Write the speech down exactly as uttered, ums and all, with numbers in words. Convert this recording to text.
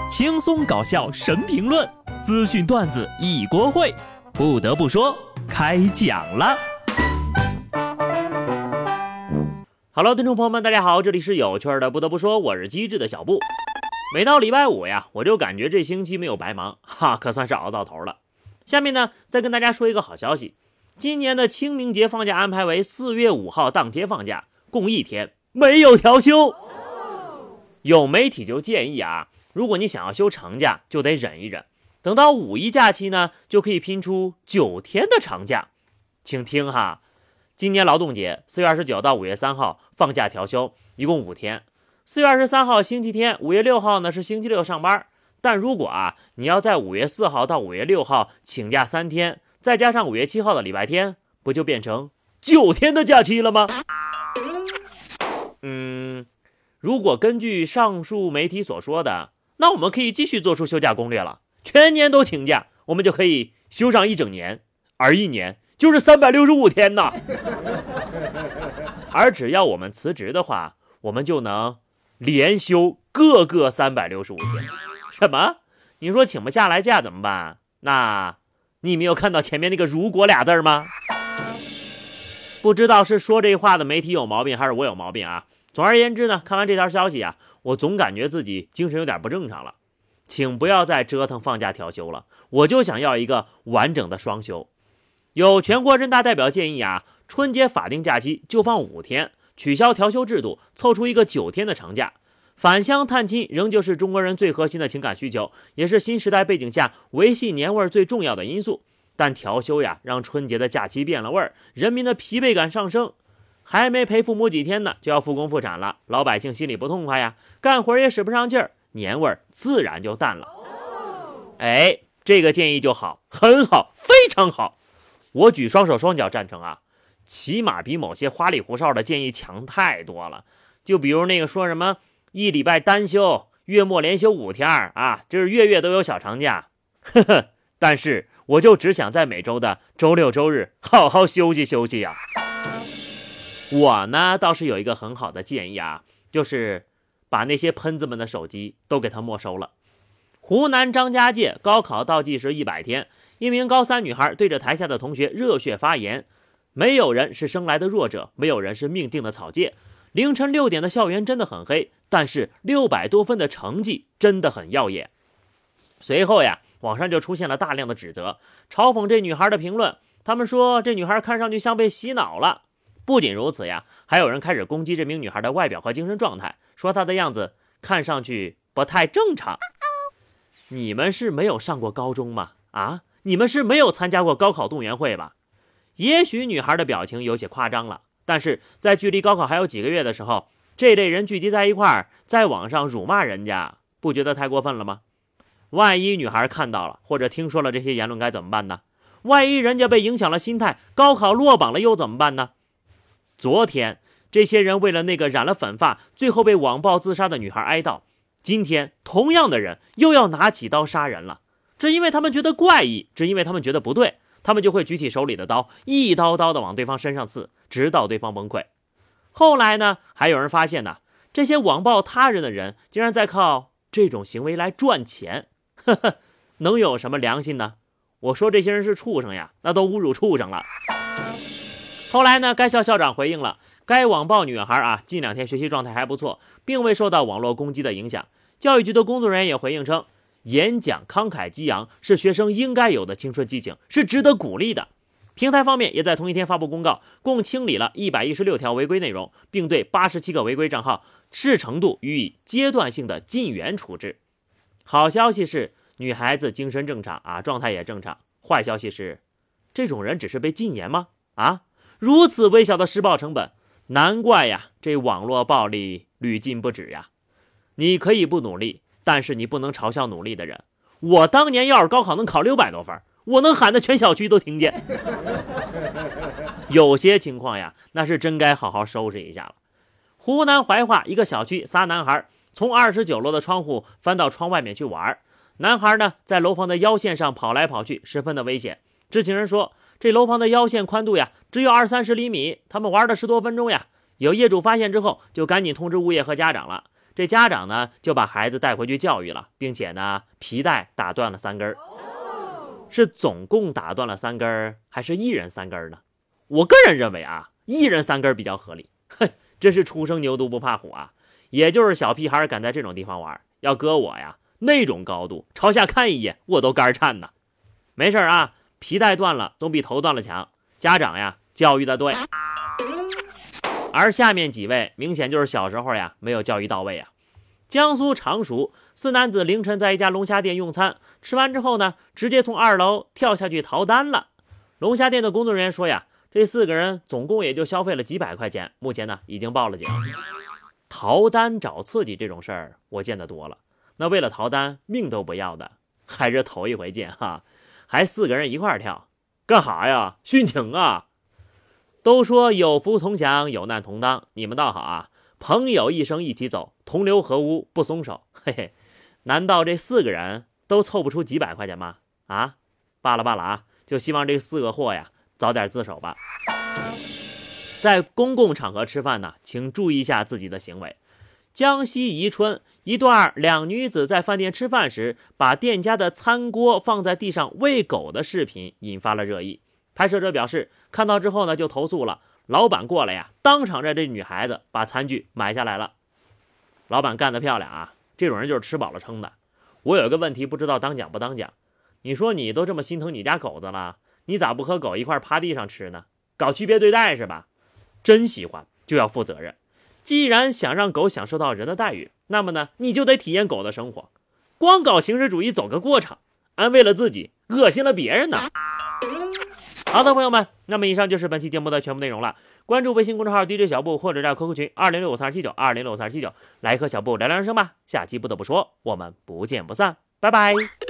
轻松搞笑神评论，资讯段子一锅烩。不得不说，开讲了。Hello， 听众朋友们，大家好，这里是有趣的。不得不说，我是机智的小布。每到礼拜五呀，我就感觉这星期没有白忙，哈，可算是熬到头了。下面呢，再跟大家说一个好消息，今年的清明节放假安排为四月五号当天放假，共一天，没有调休。有媒体就建议啊，如果你想要休长假，就得忍一忍，等到五一假期呢，就可以拼出九天的长假。请听哈，今年劳动节四月二十九到五月三号放假调休，一共五天。四月二十三号星期天，五月六号呢是星期六上班。但如果啊，你要在五月四号到五月六号请假三天，再加上五月七号的礼拜天，不就变成九天的假期了吗？嗯，如果根据上述媒体所说的，那我们可以继续做出休假攻略了，全年都请假，我们就可以休上一整年，而一年就是三百六十五天呢。而只要我们辞职的话，我们就能连休各个三百六十五天。什么？你说请不下来假怎么办？那你没有看到前面那个如果俩字吗？不知道是说这话的媒体有毛病还是我有毛病啊。总而言之呢，看完这条消息啊，我总感觉自己精神有点不正常了。请不要再折腾放假调休了，我就想要一个完整的双休。有全国人大代表建议啊，春节法定假期就放五天，取消调休制度，凑出一个九天的长假。返乡探亲仍旧是中国人最核心的情感需求，也是新时代背景下维系年味最重要的因素。但调休呀，让春节的假期变了味儿，人民的疲惫感上升。还没陪父母几天呢，就要复工复产了，老百姓心里不痛快呀，干活也使不上劲儿，年味儿自然就淡了。哎，这个建议就好，很好，非常好，我举双手双脚赞成啊，起码比某些花里胡哨的建议强太多了。就比如那个说什么一礼拜单休，月末连休五天啊，这是月月都有小长假。呵呵，但是我就只想在每周的周六周日好好休息休息呀。我呢倒是有一个很好的建议啊，就是把那些喷子们的手机都给他没收了。湖南张家界高考倒计时一百天，一名高三女孩对着台下的同学热血发言：没有人是生来的弱者，没有人是命定的草芥。凌晨六点的校园真的很黑，但是六百多分的成绩真的很耀眼。随后呀，网上就出现了大量的指责，嘲讽这女孩的评论。他们说这女孩看上去像被洗脑了。不仅如此呀，还有人开始攻击这名女孩的外表和精神状态，说她的样子看上去不太正常。你们是没有上过高中吗？啊，你们是没有参加过高考动员会吧？也许女孩的表情有些夸张了，但是在距离高考还有几个月的时候，这类人聚集在一块儿，在网上辱骂人家，不觉得太过分了吗？万一女孩看到了或者听说了这些言论该怎么办呢？万一人家被影响了心态，高考落榜了又怎么办呢？昨天这些人为了那个染了粉发最后被网暴自杀的女孩哀悼，今天同样的人又要拿起刀杀人了。只因为他们觉得怪异，只因为他们觉得不对，他们就会举起手里的刀，一刀刀的往对方身上刺，直到对方崩溃。后来呢，还有人发现呢，这些网暴他人的人竟然在靠这种行为来赚钱。呵呵，能有什么良心呢？我说这些人是畜生呀，那都侮辱畜生了。后来呢，该校校长回应了，该网暴女孩啊，近两天学习状态还不错，并未受到网络攻击的影响。教育局的工作人员也回应称，演讲慷慨激昂是学生应该有的青春激情，是值得鼓励的。平台方面也在同一天发布公告，共清理了一百一十六条违规内容，并对八十七个违规账号视程度予以阶段性的禁言处置。好消息是女孩子精神正常啊，状态也正常。坏消息是这种人只是被禁言吗？啊，如此微小的施暴成本，难怪呀，这网络暴力屡禁不止呀。你可以不努力，但是你不能嘲笑努力的人。我当年要是高考能考六百多分，我能喊得全小区都听见。有些情况呀，那是真该好好收拾一下了。湖南怀化一个小区，仨男孩从二十九楼的窗户翻到窗外面去玩。男孩呢，在楼房的腰线上跑来跑去，十分的危险。知情人说，这楼房的腰线宽度呀，只有二三十厘米，他们玩了十多分钟呀。有业主发现之后，就赶紧通知物业和家长了。 这家长呢就把孩子带回去教育了，并且呢皮带打断了三根，是总共打断了三根还是一人三根呢？我个人认为啊，一人三根比较合理。哼，这是初生牛犊不怕虎啊，也就是小屁孩敢在这种地方玩，要搁我呀，那种高度朝下看一眼我都肝颤呢。没事啊，皮带断了总比头断了强，家长呀教育的对。而下面几位明显就是小时候呀没有教育到位啊。江苏常熟四男子凌晨在一家龙虾店用餐，吃完之后呢，直接从二楼跳下去逃单了。龙虾店的工作人员说呀，这四个人总共也就消费了几百块钱，目前呢已经报了警。逃单找刺激这种事儿我见得多了，那为了逃单命都不要的还是头一回见哈，还四个人一块儿跳，干哈呀？殉情啊！都说有福同享，有难同当，你们倒好啊，朋友一生一起走，同流合污不松手。嘿嘿，难道这四个人都凑不出几百块钱吗？啊，罢了罢了啊，就希望这四个货呀早点自首吧。在公共场合吃饭呢，请注意一下自己的行为。江西宜春一段两女子在饭店吃饭时，把店家的餐锅放在地上喂狗的视频引发了热议。拍摄者表示，看到之后呢就投诉了，老板过来呀，当场让这女孩子把餐具买下来了。老板干得漂亮啊，这种人就是吃饱了撑的。我有一个问题不知道当讲不当讲，你说你都这么心疼你家狗子了，你咋不和狗一块趴地上吃呢？搞区别对待是吧？真喜欢就要负责任，既然想让狗享受到人的待遇，那么呢你就得体验狗的生活，光搞形式主义走个过场，安慰了自己，恶心了别人呢。好的朋友们，那么以上就是本期节目的全部内容了。关注微信公众号 D J 小布，或者在 Q Q 群二零六五三二七九二零六五三二七九来和小布聊聊人生吧。下期不得不说，我们不见不散，拜拜。